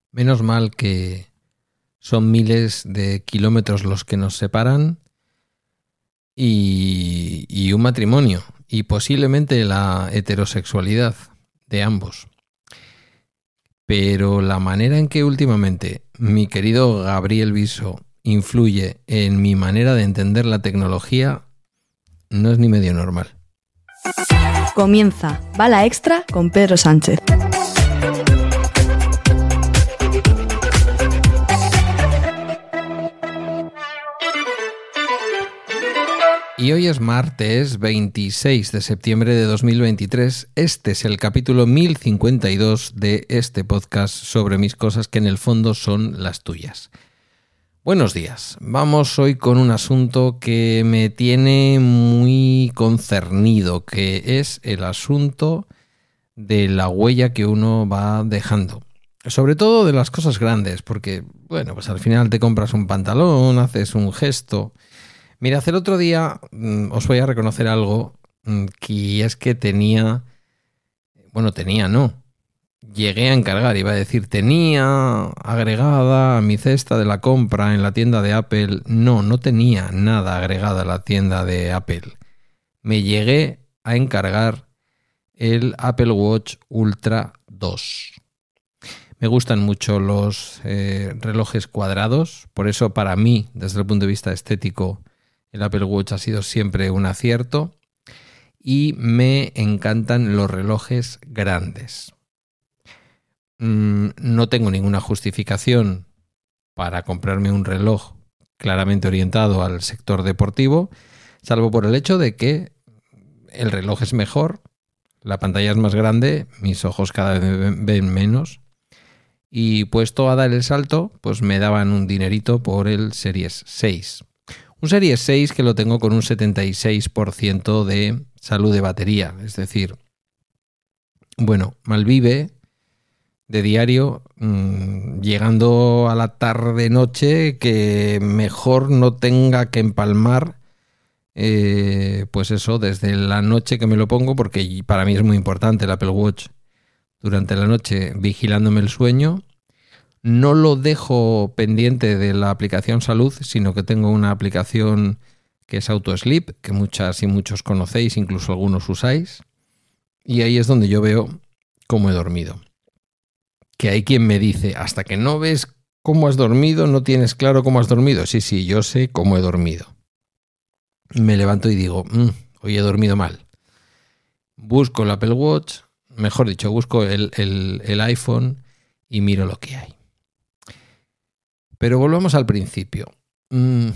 Menos mal que son miles de kilómetros los que nos separan y un matrimonio y posiblemente la heterosexualidad de ambos. Pero la manera en que últimamente mi querido Gabriel Viso influye en mi manera de entender la tecnología no es ni medio normal. Comienza Bala Extra con Pedro Sánchez. Y hoy es martes 26 de septiembre de 2023. Este es el capítulo 1052 de este podcast sobre mis cosas que en el fondo son las tuyas. Buenos días. Vamos hoy con un asunto que me tiene muy concernido, que es el asunto de la huella que uno va dejando. Sobre todo de las cosas grandes, porque, bueno, pues al final te compras un pantalón, haces un gesto. Mira, hace el otro día os voy a reconocer algo, que es que llegué a encargar, iba a decir, tenía agregada a mi cesta de la compra en la tienda de Apple. No tenía nada agregada a la tienda de Apple. Me llegué a encargar el Apple Watch Ultra 2. Me gustan mucho los relojes cuadrados, por eso para mí, desde el punto de vista estético, el Apple Watch ha sido siempre un acierto y me encantan los relojes grandes. No tengo ninguna justificación para comprarme un reloj claramente orientado al sector deportivo, salvo por el hecho de que el reloj es mejor, la pantalla es más grande, mis ojos cada vez ven menos y puesto a dar el salto, pues me daban un dinerito por el Series 6. Un Series 6 que lo tengo con un 76% de salud de batería. Es decir, bueno, malvive de diario, llegando a la tarde-noche, que mejor no tenga que empalmar, pues eso, desde la noche que me lo pongo, porque para mí es muy importante el Apple Watch durante la noche, vigilándome el sueño. No lo dejo pendiente de la aplicación Salud, sino que tengo una aplicación que es AutoSleep, que muchas y muchos conocéis, incluso algunos usáis. Y ahí es donde yo veo cómo he dormido. Que hay quien me dice, hasta que no ves cómo has dormido, no tienes claro cómo has dormido. Sí, yo sé cómo he dormido. Me levanto y digo, hoy he dormido mal. Busco el Apple Watch, mejor dicho, busco el iPhone y miro lo que hay. Pero volvamos al principio. Me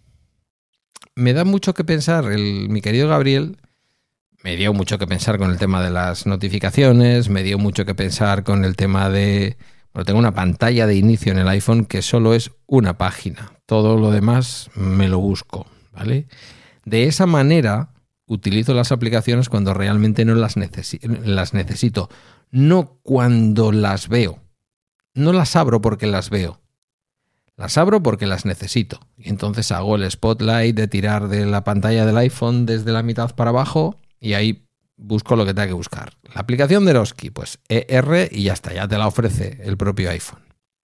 da mucho que pensar, mi querido Gabriel, me dio mucho que pensar con el tema de las notificaciones, me dio mucho que pensar con el tema de... Bueno, tengo una pantalla de inicio en el iPhone que solo es una página. Todo lo demás me lo busco, ¿vale? De esa manera utilizo las aplicaciones cuando realmente no las necesito. No cuando las veo. No las abro porque las veo. Las abro porque las necesito. Y entonces hago el spotlight de tirar de la pantalla del iPhone desde la mitad para abajo y ahí busco lo que tenga que buscar. La aplicación de Eroski, pues ER y ya está, ya te la ofrece el propio iPhone.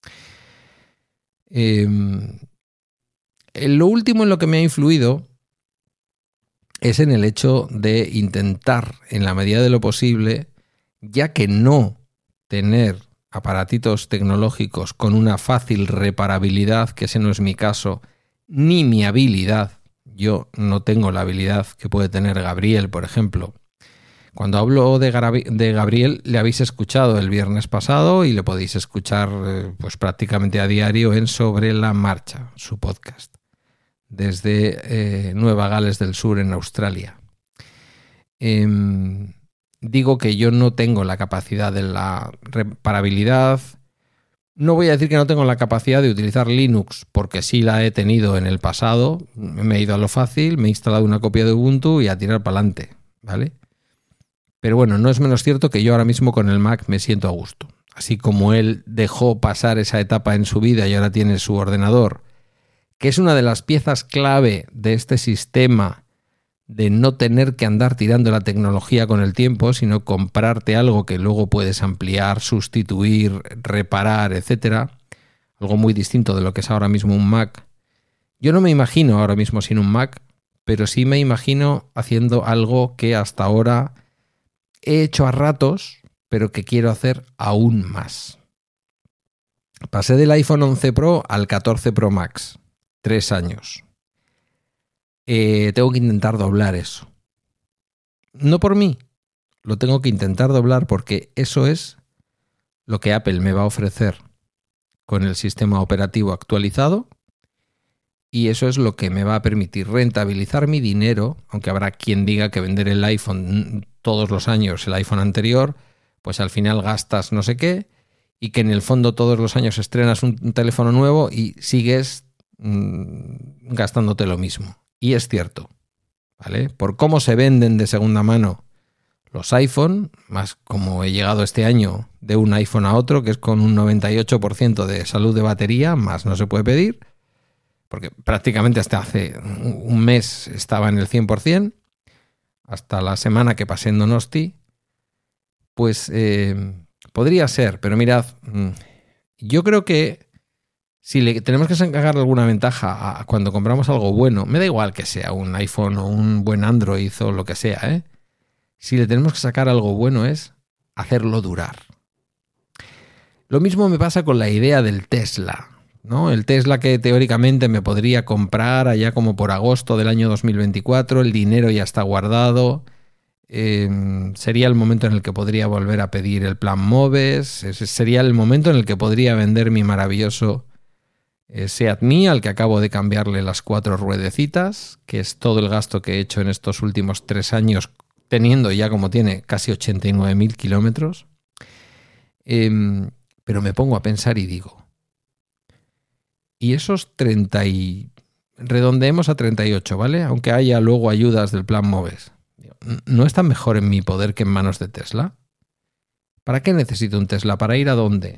Lo último en lo que me ha influido es en el hecho de intentar, en la medida de lo posible, ya que no tener aparatitos tecnológicos con una fácil reparabilidad, que ese no es mi caso, ni mi habilidad. Yo no tengo la habilidad que puede tener Gabriel, por ejemplo. Cuando hablo de Gabriel, le habéis escuchado el viernes pasado y le podéis escuchar pues prácticamente a diario en Sobre la Marcha, su podcast, desde Nueva Gales del Sur, en Australia. Digo que yo no tengo la capacidad de la reparabilidad. No voy a decir que no tengo la capacidad de utilizar Linux, porque sí la he tenido en el pasado. Me he ido a lo fácil, me he instalado una copia de Ubuntu y a tirar para adelante, ¿vale? Pero bueno, no es menos cierto que yo ahora mismo con el Mac me siento a gusto. Así como él dejó pasar esa etapa en su vida y ahora tiene su ordenador, que es una de las piezas clave de este sistema de no tener que andar tirando la tecnología con el tiempo, sino comprarte algo que luego puedes ampliar, sustituir, reparar, etcétera. Algo muy distinto de lo que es ahora mismo un Mac. Yo no me imagino ahora mismo sin un Mac, pero sí me imagino haciendo algo que hasta ahora he hecho a ratos, pero que quiero hacer aún más. Pasé del iPhone 11 Pro al 14 Pro Max. 3 años. Tengo que intentar doblar eso. No por mí. Lo tengo que intentar doblar porque eso es lo que Apple me va a ofrecer con el sistema operativo actualizado. Y eso es lo que me va a permitir rentabilizar mi dinero, aunque habrá quien diga que vender el iPhone todos los años, el iPhone anterior, pues al final gastas no sé qué, y que en el fondo todos los años estrenas un teléfono nuevo y sigues gastándote lo mismo. Y es cierto, ¿vale? Por cómo se venden de segunda mano los iPhone, más como he llegado este año de un iPhone a otro, que es con un 98% de salud de batería, más no se puede pedir, porque prácticamente hasta hace un mes estaba en el 100%, hasta la semana que pasé en Donosti, pues podría ser, pero mirad, yo creo que si le tenemos que sacar alguna ventaja a cuando compramos algo bueno, me da igual que sea un iPhone o un buen Android o lo que sea, ¿eh? Si le tenemos que sacar algo bueno es hacerlo durar. Lo mismo me pasa con la idea del Tesla, ¿no? El Tesla que teóricamente me podría comprar allá como por agosto del año 2024, el dinero ya está guardado, sería el momento en el que podría volver a pedir el plan Moves, sería el momento en el que podría vender mi maravilloso Seat Mii, al que acabo de cambiarle las 4 ruedecitas, que es todo el gasto que he hecho en estos últimos 3 años, teniendo ya como tiene casi 89.000 kilómetros. Pero me pongo a pensar y digo, y esos 30 y... redondeemos a 38, ¿vale? Aunque haya luego ayudas del plan Moves. ¿No está mejor en mi poder que en manos de Tesla? ¿Para qué necesito un Tesla? ¿Para ir a dónde?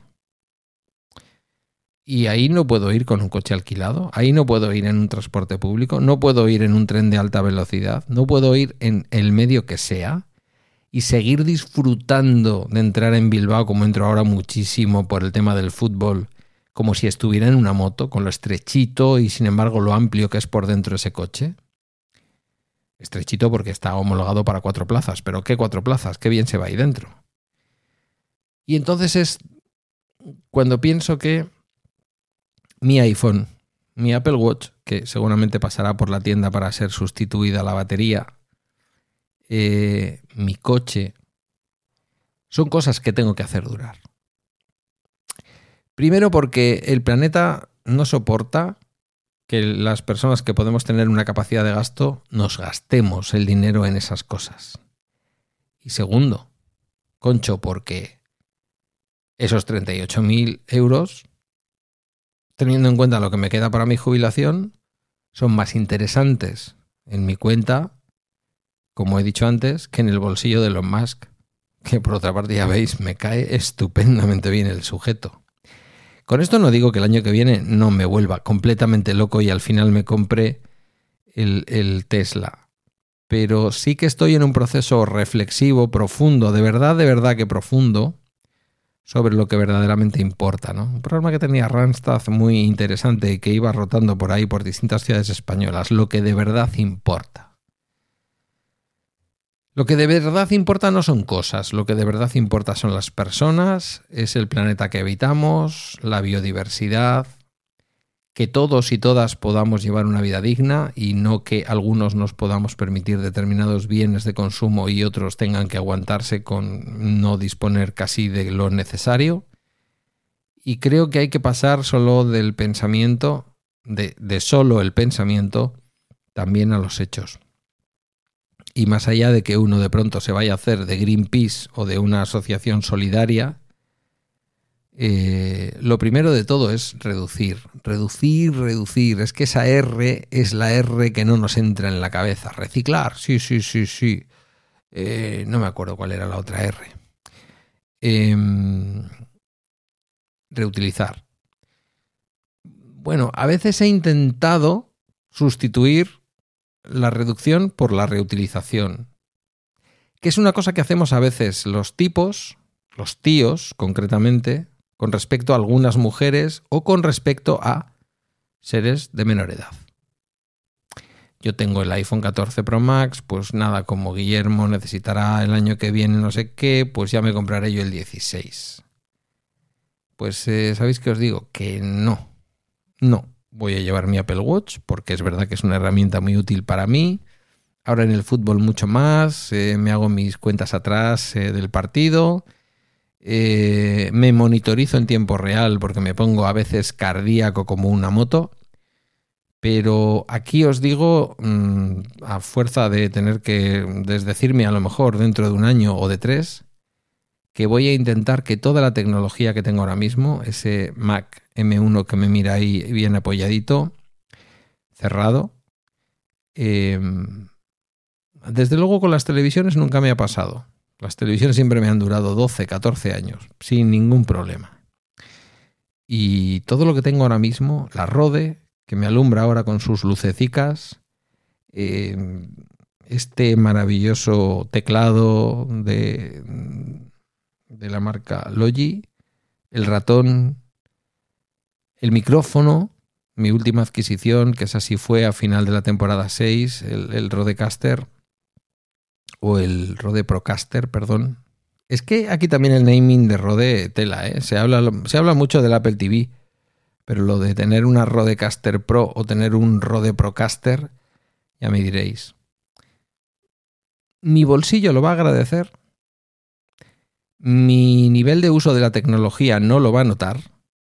Y ahí no puedo ir con un coche alquilado, ahí no puedo ir en un transporte público, no puedo ir en un tren de alta velocidad, no puedo ir en el medio que sea y seguir disfrutando de entrar en Bilbao, como entro ahora muchísimo por el tema del fútbol, como si estuviera en una moto, con lo estrechito y sin embargo lo amplio que es por dentro ese coche. Estrechito porque está homologado para 4 plazas, pero ¿qué 4 plazas? Qué bien se va ahí dentro. Y entonces es cuando pienso que mi iPhone, mi Apple Watch, que seguramente pasará por la tienda para ser sustituida la batería, mi coche, son cosas que tengo que hacer durar. Primero porque el planeta no soporta que las personas que podemos tener una capacidad de gasto nos gastemos el dinero en esas cosas. Y segundo, concho, porque esos 38.000 euros, teniendo en cuenta lo que me queda para mi jubilación, son más interesantes en mi cuenta, como he dicho antes, que en el bolsillo de Elon Musk, que por otra parte ya veis, me cae estupendamente bien el sujeto. Con esto no digo que el año que viene no me vuelva completamente loco y al final me compre el Tesla, pero sí que estoy en un proceso reflexivo, profundo, de verdad que profundo, sobre lo que verdaderamente importa, ¿no? Un programa que tenía Randstad muy interesante y que iba rotando por ahí por distintas ciudades españolas, lo que de verdad importa. Lo que de verdad importa no son cosas, lo que de verdad importa son las personas, es el planeta que habitamos, la biodiversidad, que todos y todas podamos llevar una vida digna y no que algunos nos podamos permitir determinados bienes de consumo y otros tengan que aguantarse con no disponer casi de lo necesario. Y creo que hay que pasar solo del pensamiento, de solo el pensamiento, también a los hechos. Y más allá de que uno de pronto se vaya a hacer de Greenpeace o de una asociación solidaria, lo primero de todo es reducir. Es que esa R es la R que no nos entra en la cabeza. Reciclar, sí. No me acuerdo cuál era la otra R. Reutilizar. Bueno, a veces he intentado sustituir la reducción por la reutilización, que es una cosa que hacemos a veces los tíos concretamente, con respecto a algunas mujeres o con respecto a seres de menor edad. Yo tengo el iPhone 14 Pro Max, pues nada, como Guillermo necesitará el año que viene no sé qué, pues ya me compraré yo el 16. Pues ¿sabéis qué os digo? Que no. Voy a llevar mi Apple Watch porque es verdad que es una herramienta muy útil para mí. Ahora en el fútbol mucho más, me hago mis cuentas atrás del partido, me monitorizo en tiempo real porque me pongo a veces cardíaco como una moto, pero aquí os digo, a fuerza de tener que desdecirme a lo mejor dentro de un año o de 3, que voy a intentar que toda la tecnología que tengo ahora mismo, ese Mac M1 que me mira ahí bien apoyadito, cerrado, desde luego con las televisiones nunca me ha pasado. Las televisiones siempre me han durado 12, 14 años, sin ningún problema. Y todo lo que tengo ahora mismo, la Rode, que me alumbra ahora con sus lucecicas, este maravilloso teclado de la marca Logi, el ratón, el micrófono, mi última adquisición, que esa sí fue a final de la temporada 6, el Rodecaster, o el Rode Procaster, perdón. Es que aquí también el naming de Rode tela, ¿eh? Se habla mucho del Apple TV, pero lo de tener una Rodecaster Pro o tener un Rode Procaster, ya me diréis. Mi bolsillo lo va a agradecer. Mi nivel de uso de la tecnología no lo va a notar.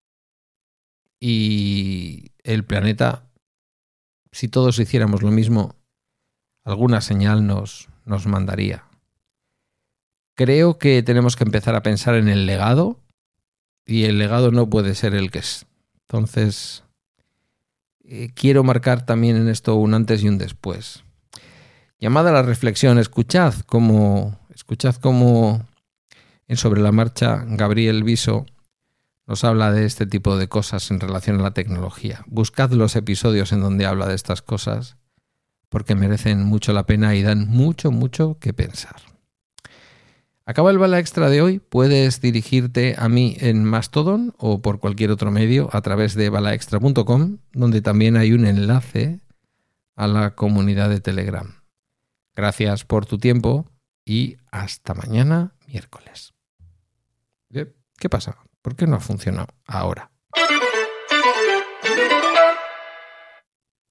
Y el planeta, si todos hiciéramos lo mismo, alguna señal nos mandaría. Creo que tenemos que empezar a pensar en el legado, y el legado no puede ser el que es. Entonces, quiero marcar también en esto un antes y un después. Llamada a la reflexión, escuchad cómo en Sobre la Marcha Gabriel Viso nos habla de este tipo de cosas en relación a la tecnología. Buscad los episodios en donde habla de estas cosas, porque merecen mucho la pena y dan mucho que pensar. Acaba el Bala Extra de hoy. Puedes dirigirte a mí en Mastodon o por cualquier otro medio a través de balaextra.com, donde también hay un enlace a la comunidad de Telegram. Gracias por tu tiempo y hasta mañana miércoles. ¿Qué pasa? ¿Por qué no ha funcionado ahora?